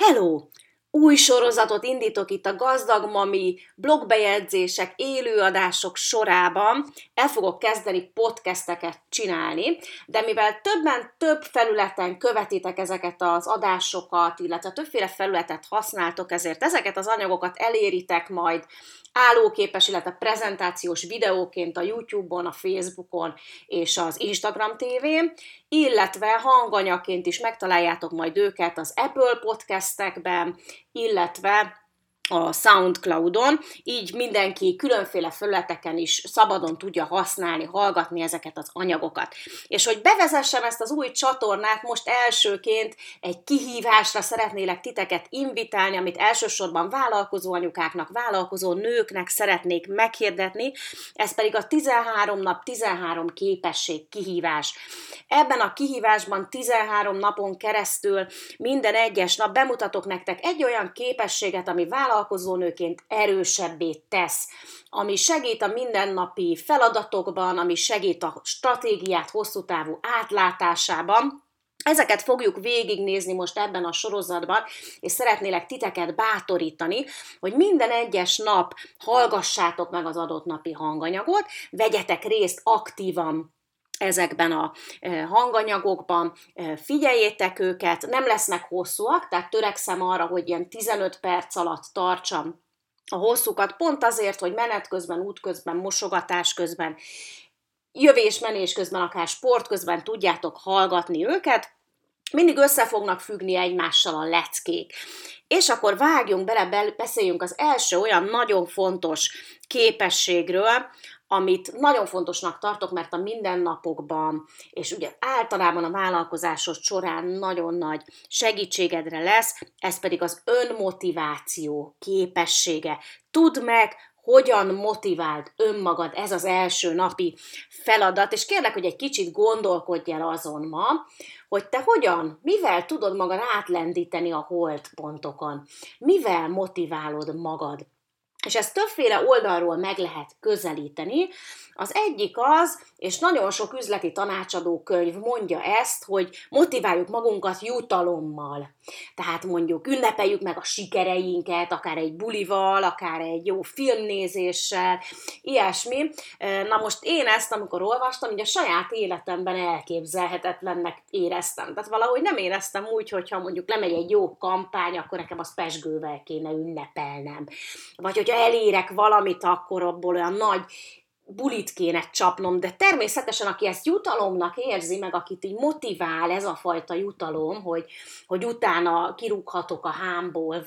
Hello! Új sorozatot indítok itt a Gazdag Mami blogbejegyzések, élőadások sorában. El fogok kezdeni podcasteket csinálni, de mivel több felületen követitek ezeket az adásokat, illetve többféle felületet használtok, ezért ezeket az anyagokat eléritek majd állóképes, illetve prezentációs videóként a YouTube-on, a Facebookon és az Instagram tévén, illetve hanganyagként is megtaláljátok majd őket az Apple podcastekben, illetve a SoundCloudon, így mindenki különféle felületeken is szabadon tudja használni, hallgatni ezeket az anyagokat. És hogy bevezessem ezt az új csatornát, most elsőként egy kihívásra szeretnélek titeket invitálni, amit elsősorban vállalkozó anyukáknak, vállalkozó nőknek szeretnék meghirdetni, ez pedig a 13 nap 13 képesség kihívás. Ebben a kihívásban 13 napon keresztül minden egyes nap bemutatok nektek egy olyan képességet, ami vállalkozónőként erősebbé tesz, ami segít a mindennapi feladatokban, ami segít a stratégiát hosszú távú átlátásában. Ezeket fogjuk végignézni most ebben a sorozatban, és szeretnélek titeket bátorítani, hogy minden egyes nap hallgassátok meg az adott napi hanganyagot, vegyetek részt aktívan ezekben a hanganyagokban, figyeljétek őket, nem lesznek hosszúak, tehát törekszem arra, hogy ilyen 15 perc alatt tartsam a hosszúkat, pont azért, hogy menet közben, út közben, mosogatás közben, jövés-menés közben, akár sport közben tudjátok hallgatni őket, mindig össze fognak függni egymással a leckék. És akkor vágjunk bele, beszéljünk az első olyan nagyon fontos képességről, amit nagyon fontosnak tartok, mert a mindennapokban, és ugye általában a vállalkozásod során nagyon nagy segítségedre lesz, ez pedig az önmotiváció képessége. Tudd meg, hogyan motiváld önmagad, ez az első napi feladat, és kérlek, hogy egy kicsit gondolkodj el azon ma, hogy te mivel tudod magad átlendíteni a holdpontokon, mivel motiválod magad. És ezt többféle oldalról meg lehet közelíteni. Az egyik az, és nagyon sok üzleti tanácsadó könyv mondja ezt, hogy motiváljuk magunkat jutalommal. Tehát mondjuk ünnepeljük meg a sikereinket, akár egy bulival, akár egy jó filmnézéssel, ilyesmi. Na most én ezt, amikor olvastam, így a saját életemben elképzelhetetlennek éreztem. Tehát valahogy nem éreztem úgy, hogyha mondjuk lemegy egy jó kampány, akkor nekem azt pezsgővel kéne ünnepelnem. Vagy hogyha elérek valamit, akkor abból olyan nagy bulit kéne csapnom, de természetesen, aki ezt jutalomnak érzi, meg akit így motivál ez a fajta jutalom, hogy utána kirúghatok a hámból,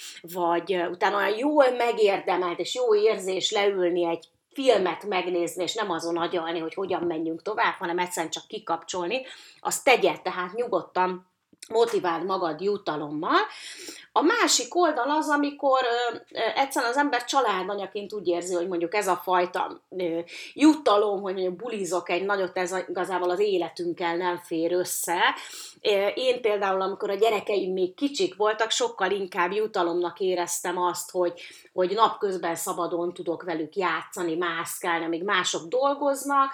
vagy utána olyan jól megérdemelt és jó érzés leülni egy filmet megnézni, és nem azon agyalni, hogy hogyan menjünk tovább, hanem egyszerűen csak kikapcsolni, azt tegye, tehát nyugodtan motiváld magad jutalommal. A másik oldal az, amikor egyszerűen az ember családanyaként úgy érzi, hogy mondjuk ez a fajta jutalom, hogy mondjuk bulizok egy nagyot, ez igazából az életünkkel nem fér össze. Én például, amikor a gyerekeim még kicsik voltak, sokkal inkább jutalomnak éreztem azt, hogy napközben szabadon tudok velük játszani, mászkálni, amíg mások dolgoznak,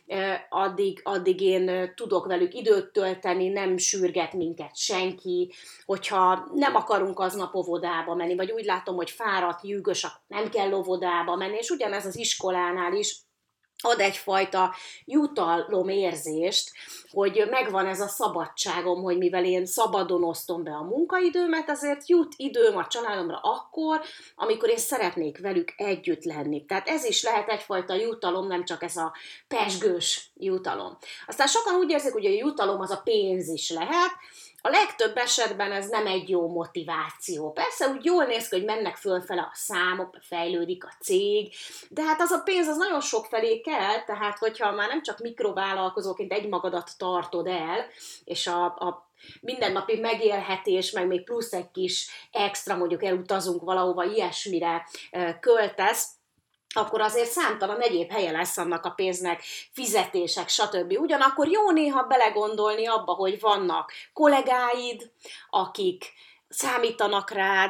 addig én tudok velük időt tölteni, nem sürget minket senki, hogyha nem akarunk aznap óvodába menni, vagy úgy látom, hogy fáradt, jűgös, nem kell óvodába menni, és ugyanez az iskolánál is ad egyfajta jutalomérzést, hogy megvan ez a szabadságom, hogy mivel én szabadon osztom be a munkaidőmet, ezért jut időm a családomra akkor, amikor én szeretnék velük együtt lenni. Tehát ez is lehet egyfajta jutalom, nem csak ez a pezsgős jutalom. Aztán sokan úgy érzik, hogy a jutalom az a pénz is lehet. A legtöbb esetben ez nem egy jó motiváció. Persze úgy jól néz ki, hogy mennek fölfele a számok, fejlődik a cég, de hát az a pénz az nagyon sok felé kell, tehát hogyha már nem csak mikrovállalkozóként egymagadat tartod el, és a mindennapi megélhetés, meg még plusz egy kis extra, mondjuk elutazunk valahova, ilyesmire költesz, akkor azért számtalan egyéb helye lesz annak a pénznek, fizetések, stb. Ugyanakkor jó néha belegondolni abba, hogy vannak kollégáid, akik számítanak rád,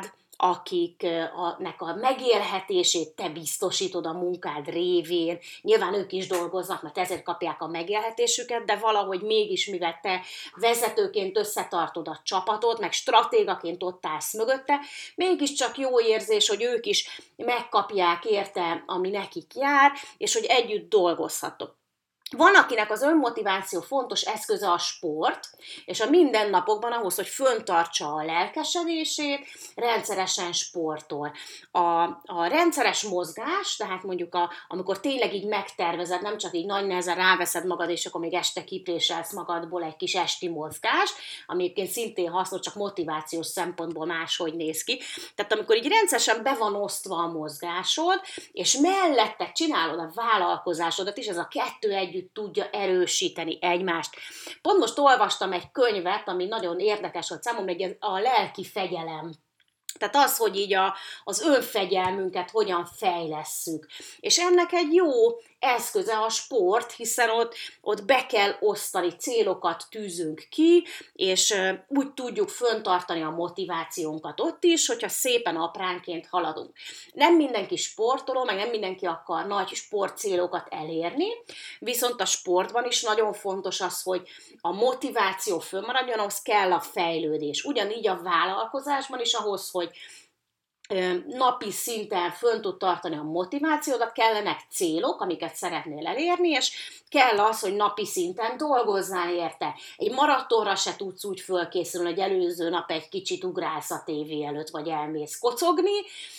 akiknek a megélhetését te biztosítod a munkád révén. Nyilván ők is dolgoznak, mert ezért kapják a megélhetésüket, de valahogy mégis, mivel te vezetőként összetartod a csapatot, meg stratégaként ott állsz mögötte, mégiscsak jó érzés, hogy ők is megkapják érte, ami nekik jár, és hogy együtt dolgozhatok. Van, akinek az önmotiváció fontos eszköze a sport, és a mindennapokban ahhoz, hogy föntartsa a lelkesedését, rendszeresen sportol. A rendszeres mozgás, tehát mondjuk amikor tényleg így megtervezed, nem csak így nagy nehezen ráveszed magad, és akkor még este kipréselsz magadból egy kis esti mozgás, ami egyébként szintén hasznos, csak motivációs szempontból máshogy néz ki. Tehát amikor így rendszeresen be van osztva a mozgásod, és mellette csinálod a vállalkozásodat is, ez a kettő együtt tudja erősíteni egymást. Pont most olvastam egy könyvet, ami nagyon érdekes volt számomra, a lelki fegyelem. Tehát az, hogy így az önfegyelmünket hogyan fejlesszük. És ennek egy jó eszköze a sport, hiszen ott be kell osztani, célokat tűzünk ki, és úgy tudjuk föntartani a motivációnkat ott is, hogyha szépen apránként haladunk. Nem mindenki sportoló, meg nem mindenki akar nagy sportcélokat elérni, viszont a sportban is nagyon fontos az, hogy a motiváció fönnmaradjon, ahhoz kell a fejlődés. Ugyanígy a vállalkozásban is ahhoz, hogy napi szinten fönn tud tartani a motivációdat, kellenek célok, amiket szeretnél elérni, és kell az, hogy napi szinten dolgozzál érte. Egy maratonra se tudsz úgy fölkészülni, hogy előző nap egy kicsit ugrálsz a tévé előtt, vagy elmész kocogni.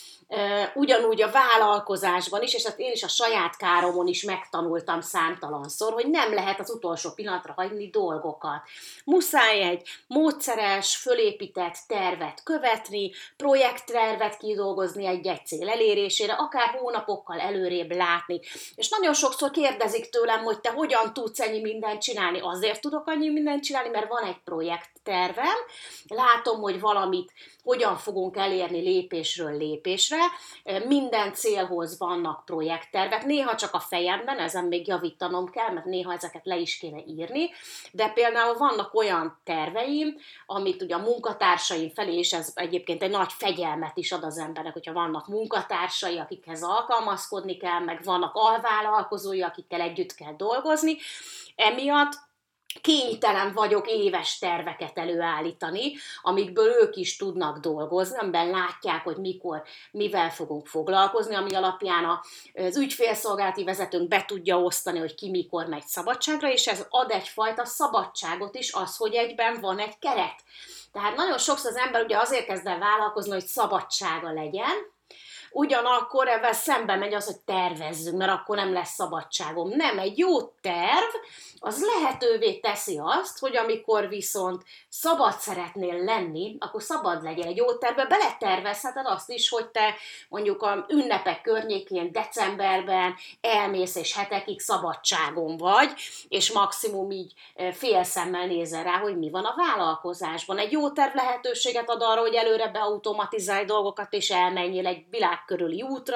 Ugyanúgy a vállalkozásban is, és hát én is a saját káromon is megtanultam számtalanszor, hogy nem lehet az utolsó pillanatra hagyni dolgokat. Muszáj egy módszeres, fölépített tervet követni, projekttervet kidolgozni egy-egy cél elérésére, akár hónapokkal előrébb látni. És nagyon sokszor kérdezik tőlem, hogy te hogyan tudsz ennyi mindent csinálni. Azért tudok annyi mindent csinálni, mert van egy projekttervem, látom, hogy valamit hogyan fogunk elérni lépésről lépésre. Minden célhoz vannak projekttervek, néha csak a fejemben, ezen még javítanom kell, mert néha ezeket le is kéne írni, de például vannak olyan terveim, amit ugye a munkatársaim felé, és ez egyébként egy nagy fegyelmet is ad az embernek, hogyha vannak munkatársai, akikhez alkalmazkodni kell, meg vannak alvállalkozói, akikkel együtt kell dolgozni, emiatt kénytelen vagyok éves terveket előállítani, amikből ők is tudnak dolgozni, amiben látják, hogy mikor, mivel fogunk foglalkozni, ami alapján az ügyfélszolgálati vezetőnk be tudja osztani, hogy ki mikor megy szabadságra, és ez ad egyfajta szabadságot is, az, hogy egyben van egy keret. Tehát nagyon sokszor az ember ugye azért kezd el vállalkozni, hogy szabadsága legyen, ugyanakkor ebben szembe megy az, hogy tervezzünk, mert akkor nem lesz szabadságom. Nem, egy jó terv, az lehetővé teszi azt, hogy amikor viszont szabad szeretnél lenni, akkor szabad legyen. Egy jó tervbe beletervezheted azt is, hogy te mondjuk a ünnepek környékén decemberben elmész és hetekig szabadságon vagy, és maximum így félszemmel nézel rá, hogy mi van a vállalkozásban. Egy jó terv lehetőséget ad arra, hogy előre beautomatizálj dolgokat, és elmenjél egy világkörüli útra,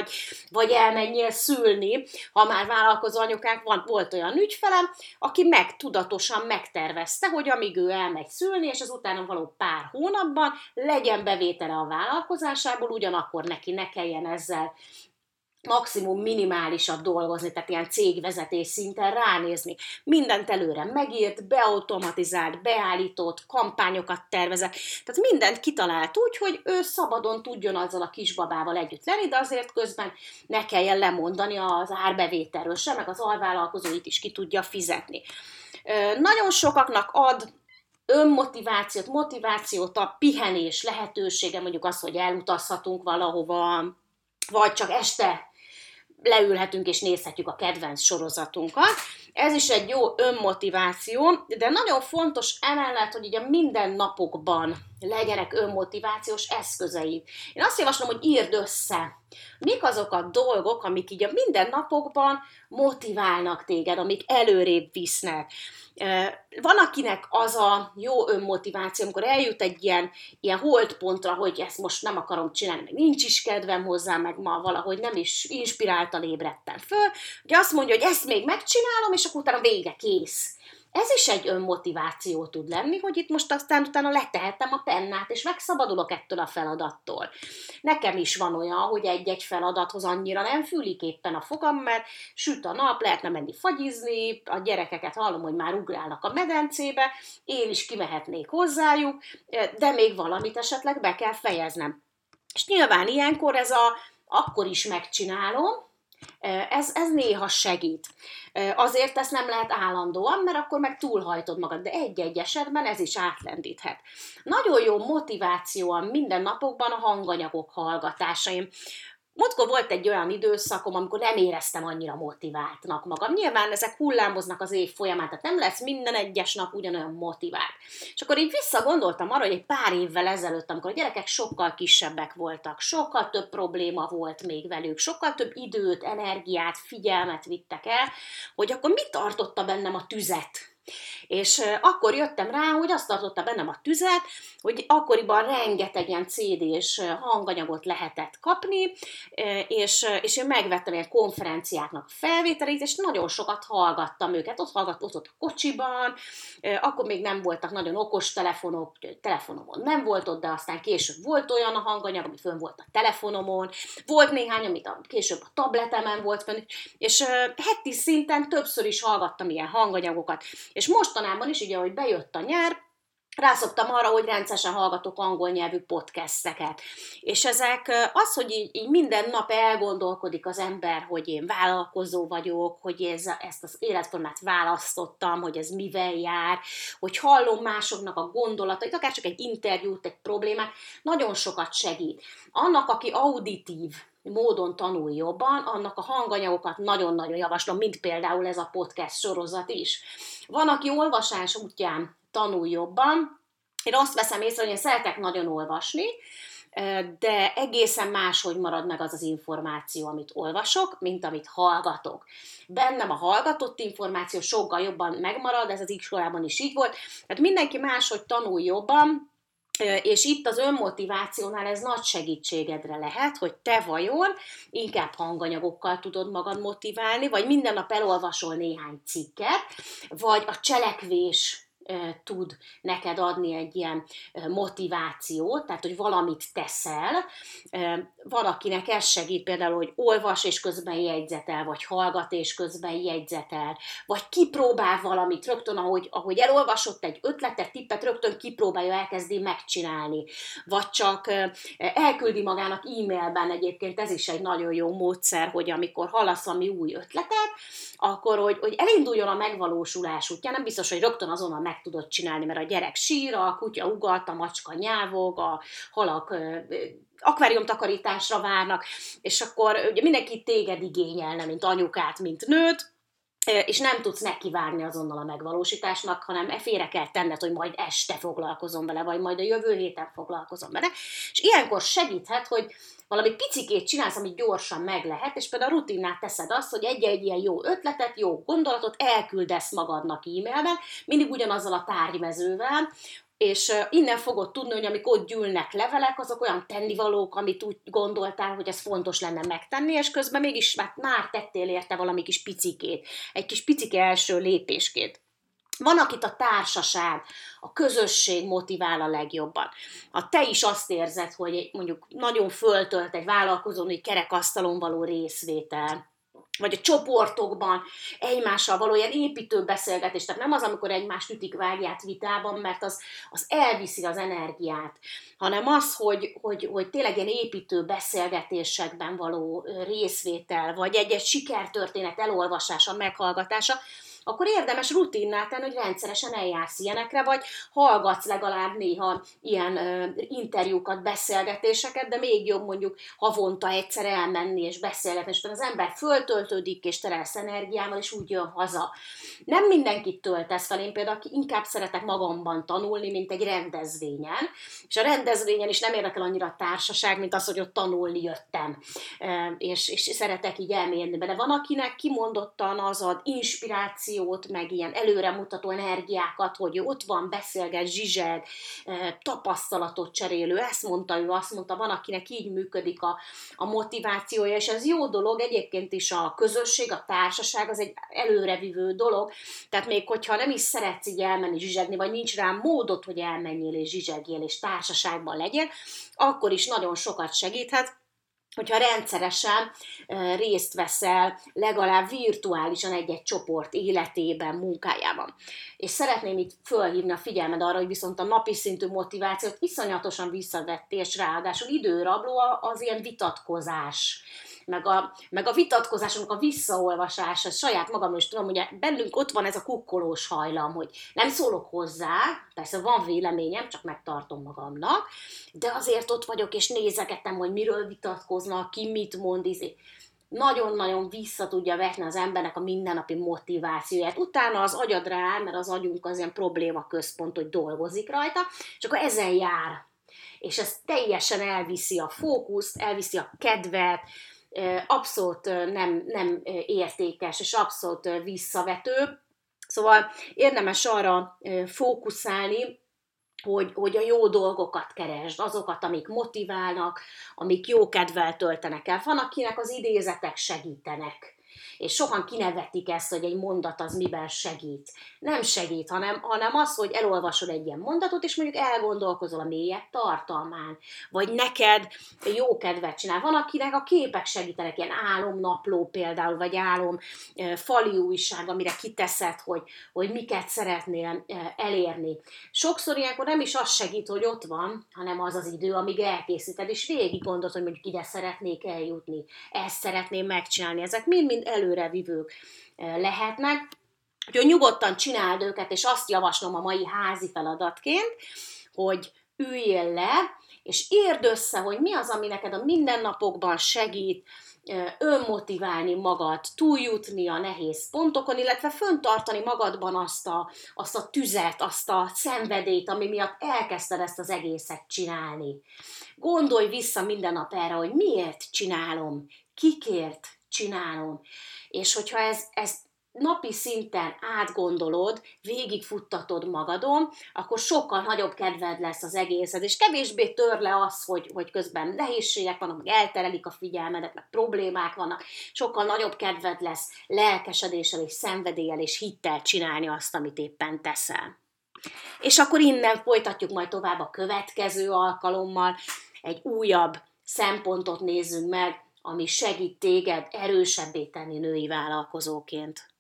vagy elmenjél szülni. Ha már vállalkozó anyukánk volt olyan ügyfelem, aki tudatosan megtervezte, hogy amíg ő elmegy szülni, és az utána való pár hónapban legyen bevétele a vállalkozásából, ugyanakkor neki ne kelljen ezzel maximum minimálisat dolgozni, tehát ilyen cégvezetés szinten ránézni. Mindent előre megírt, beautomatizált, beállított, kampányokat tervezett, tehát mindent kitalált úgy, hogy ő szabadon tudjon azzal a kisbabával együtt lenni, de azért közben ne kelljen lemondani az árbevételről sem, meg az alvállalkozóit is ki tudja fizetni. Nagyon sokaknak ad önmotivációt, motivációt a pihenés lehetősége, mondjuk az, hogy elutazhatunk valahova, vagy csak este leülhetünk és nézhetjük a kedvenc sorozatunkat. Ez is egy jó önmotiváció, de nagyon fontos emellett, hogy ugye minden napokban legyenek önmotivációs eszközeid. Én azt javaslom, hogy írd össze, mik azok a dolgok, amik így a mindennapokban motiválnak téged, amik előrébb visznek. Van, akinek az a jó önmotiváció, amikor eljut egy ilyen holdpontra, hogy ezt most nem akarom csinálni, meg nincs is kedvem hozzá, meg ma valahogy nem is inspiráltan ébredtem föl, hogy azt mondja, hogy ezt még megcsinálom, és akkor utána vége, kész. Ez is egy önmotiváció tud lenni, hogy itt most aztán utána letehetem a pennát, és megszabadulok ettől a feladattól. Nekem is van olyan, hogy egy-egy feladathoz annyira nem fűlik éppen a fogam, mert süt a nap, lehetne menni fagyizni, a gyerekeket hallom, hogy már ugrálnak a medencébe, én is kimehetnék hozzájuk, de még valamit esetleg be kell fejeznem. És nyilván ilyenkor akkor is megcsinálom, ez néha segít. Azért ezt nem lehet állandóan, mert akkor meg túlhajtod magad, de egy-egy esetben ez is átlendíthet. Nagyon jó motiváció a mindennapokban a hanganyagok hallgatása. Múltkor volt egy olyan időszakom, amikor nem éreztem annyira motiváltnak magam. Nyilván ezek hullámoznak az év folyamán, tehát nem lesz minden egyes nap ugyanolyan motivált. És akkor így visszagondoltam arra, hogy egy pár évvel ezelőtt, amikor a gyerekek sokkal kisebbek voltak, sokkal több probléma volt még velük, sokkal több időt, energiát, figyelmet vittek el, hogy akkor mi tartotta bennem a tüzet. És akkor jöttem rá, hogy azt tartotta bennem a tüzet, hogy akkoriban rengeteg ilyen CD-s hanganyagot lehetett kapni, és én megvettem ilyen konferenciáknak felvételét, és nagyon sokat hallgattam őket. Ott a kocsiban, akkor még nem voltak nagyon okos telefonok, telefonomon nem volt ott, de aztán később volt olyan a hanganyag, ami fönn volt a telefonomon, volt néhány, amit később a tabletemen volt fönn, és heti szinten többször is hallgattam ilyen hanganyagokat. És mostanában is, ugye, hogy bejött a nyár, rászoktam arra, hogy rendszeresen hallgatok angol nyelvű podcasteket. És ezek hogy így minden nap elgondolkodik az ember, hogy én vállalkozó vagyok, hogy ezt az életformát választottam, hogy ez mivel jár, hogy hallom másoknak a gondolatait, akár csak egy interjút, egy problémát, nagyon sokat segít. Annak, aki auditív módon tanul jobban, annak a hanganyagokat nagyon-nagyon javaslom, mint például ez a podcast sorozat is. Van, aki olvasás útján tanul jobban. Én azt veszem észre, hogy én szeretek nagyon olvasni, de egészen máshogy marad meg az az információ, amit olvasok, mint amit hallgatok. Bennem a hallgatott információ sokkal jobban megmarad, ez az iskolában is így volt, tehát mindenki máshogy tanul jobban, és itt az önmotivációnál ez nagy segítségedre lehet, hogy te vajon inkább hanganyagokkal tudod magad motiválni, vagy minden nap elolvasol néhány cikket, vagy a cselekvés tud neked adni egy ilyen motivációt, tehát, hogy valamit teszel. Van, akinek ez segít például, hogy olvas és közben jegyzetel, vagy hallgat és közben jegyzetel, vagy kipróbál valamit rögtön, ahogy elolvasott egy ötletet, tippet, rögtön kipróbálja, elkezdi megcsinálni. Vagy csak elküldi magának e-mailben, egyébként ez is egy nagyon jó módszer, hogy amikor hallasz valami új ötletet, akkor, hogy elinduljon a megvalósulás útján, nem biztos, hogy rögtön azonnal meg tudod csinálni, mert a gyerek sír, a kutya ugat, a macska nyávog, a halak akváriumtakarításra várnak, és akkor ugye mindenki téged igényelne, mint anyukát, mint nőt, és nem tudsz nekivárni azonnal a megvalósításnak, hanem félre kell tenned, hogy majd este foglalkozom vele, vagy majd a jövő héten foglalkozom vele. És ilyenkor segíthet, hogy valami picikét csinálsz, amit gyorsan meg lehet, és például a rutinná teszed azt, hogy egy-egy ilyen jó ötletet, jó gondolatot elküldesz magadnak e-mailben, mindig ugyanazzal a tárgymezővel, és innen fogod tudni, hogy amikor ott gyűlnek levelek, azok olyan tennivalók, amit úgy gondoltál, hogy ez fontos lenne megtenni, és közben mégis már tettél érte valami kis picikét, egy kis picike első lépéskét. Van, akit a társaság, a közösség motivál a legjobban. Ha te is azt érzed, hogy mondjuk nagyon föltölt egy vállalkozói kerekasztalon való részvétel, vagy a csoportokban egymással való ilyen építő beszélgetés, tehát nem az, amikor egymást ütik vágját vitában, mert az elviszi az energiát, hanem az, hogy tényleg ilyen építő beszélgetésekben való részvétel, vagy egy-egy sikertörténet elolvasása, meghallgatása, akkor érdemes rutinná tenni, hogy rendszeresen eljársz ilyenekre, vagy hallgatsz legalább néha ilyen interjúkat, beszélgetéseket, de még jobb mondjuk havonta egyszer elmenni és beszélgetni, és az ember föltöltődik, és terelsz energiával, és úgy jön haza. Nem mindenkit töltesz fel, én például inkább szeretek magamban tanulni, mint egy rendezvényen, és a rendezvényen is nem érdekel annyira a társaság, mint az, hogy ott tanulni jöttem, és szeretek így elmérni. De van, akinek kimondottan az ad inspiráció, motivációt, meg ilyen előremutató energiákat, hogy ott van, beszélget, zsizseg, tapasztalatot cserélő, ezt mondta ő, azt mondta, van, akinek így működik a motivációja, és ez jó dolog, egyébként is a közösség, a társaság az egy előrevívő dolog, tehát még hogyha nem is szeretsz így elmenni zsizsegni, vagy nincs rá módod, hogy elmenjél és zsizsegjél, és társaságban legyél, akkor is nagyon sokat segíthet, hogyha rendszeresen részt veszel legalább virtuálisan egy-egy csoport életében, munkájában. És szeretném itt fölhívni a figyelmed arra, hogy viszont a napi szintű motivációt iszonyatosan visszavett, és ráadásul időrabló az ilyen vitatkozás, meg a vitatkozásunk a visszaolvasása, saját magamról is tudom, ugye bennünk ott van ez a kukkolós hajlam, hogy nem szólok hozzá, persze van véleményem, csak megtartom magamnak, de azért ott vagyok, és nézegetem, hogy miről vitatkoznak, ki mit mond, nagyon-nagyon vissza tudja vetni az embernek a mindennapi motivációját. Utána az agyad rá, mert az agyunk az ilyen problémaközpont, hogy dolgozik rajta, és akkor ezen jár. És ez teljesen elviszi a fókuszt, elviszi a kedvet, abszolút nem értékes, és abszolút visszavető. Szóval érdemes arra fókuszálni, hogy a jó dolgokat keresd, azokat, amik motiválnak, amik jó kedvel töltenek el. Van, akinek az idézetek segítenek, és sokan kinevetik ezt, hogy egy mondat az miben segít. Nem segít, hanem az, hogy elolvasod egy ilyen mondatot, és mondjuk elgondolkozol a mélyebb tartalmán, vagy neked jó kedvet csinál. Van, akinek a képek segítenek, ilyen álomnapló például, vagy fali újság, amire kiteszed, hogy miket szeretnél elérni. Sokszor ilyenkor nem is az segít, hogy ott van, hanem az az idő, amíg elkészíted, és végig gondolod, hogy mondjuk ide szeretnék eljutni, ezt szeretném megcsinálni. Ezek mind-mind előrevívők lehetnek. Úgyhogy nyugodtan csináld őket, és azt javaslom a mai házi feladatként, hogy üljél le, és írd össze, hogy mi az, ami neked a mindennapokban segít önmotiválni magad, túljutni a nehéz pontokon, illetve föntartani magadban azt a tüzet, azt a szenvedélyt, ami miatt elkezdted ezt az egészet csinálni. Gondolj vissza minden nap erre, hogy miért csinálom, kikért csinálom, és hogyha ezt napi szinten átgondolod, végigfuttatod magadon, akkor sokkal nagyobb kedved lesz az egészet, és kevésbé tör le az, hogy közben nehézségek vannak, meg elterelik a figyelmedet, meg problémák vannak, sokkal nagyobb kedved lesz lelkesedéssel és szenvedéllyel és hittel csinálni azt, amit éppen teszel. És akkor innen folytatjuk majd tovább a következő alkalommal, egy újabb szempontot nézzünk meg, ami segít téged erősebbé tenni női vállalkozóként.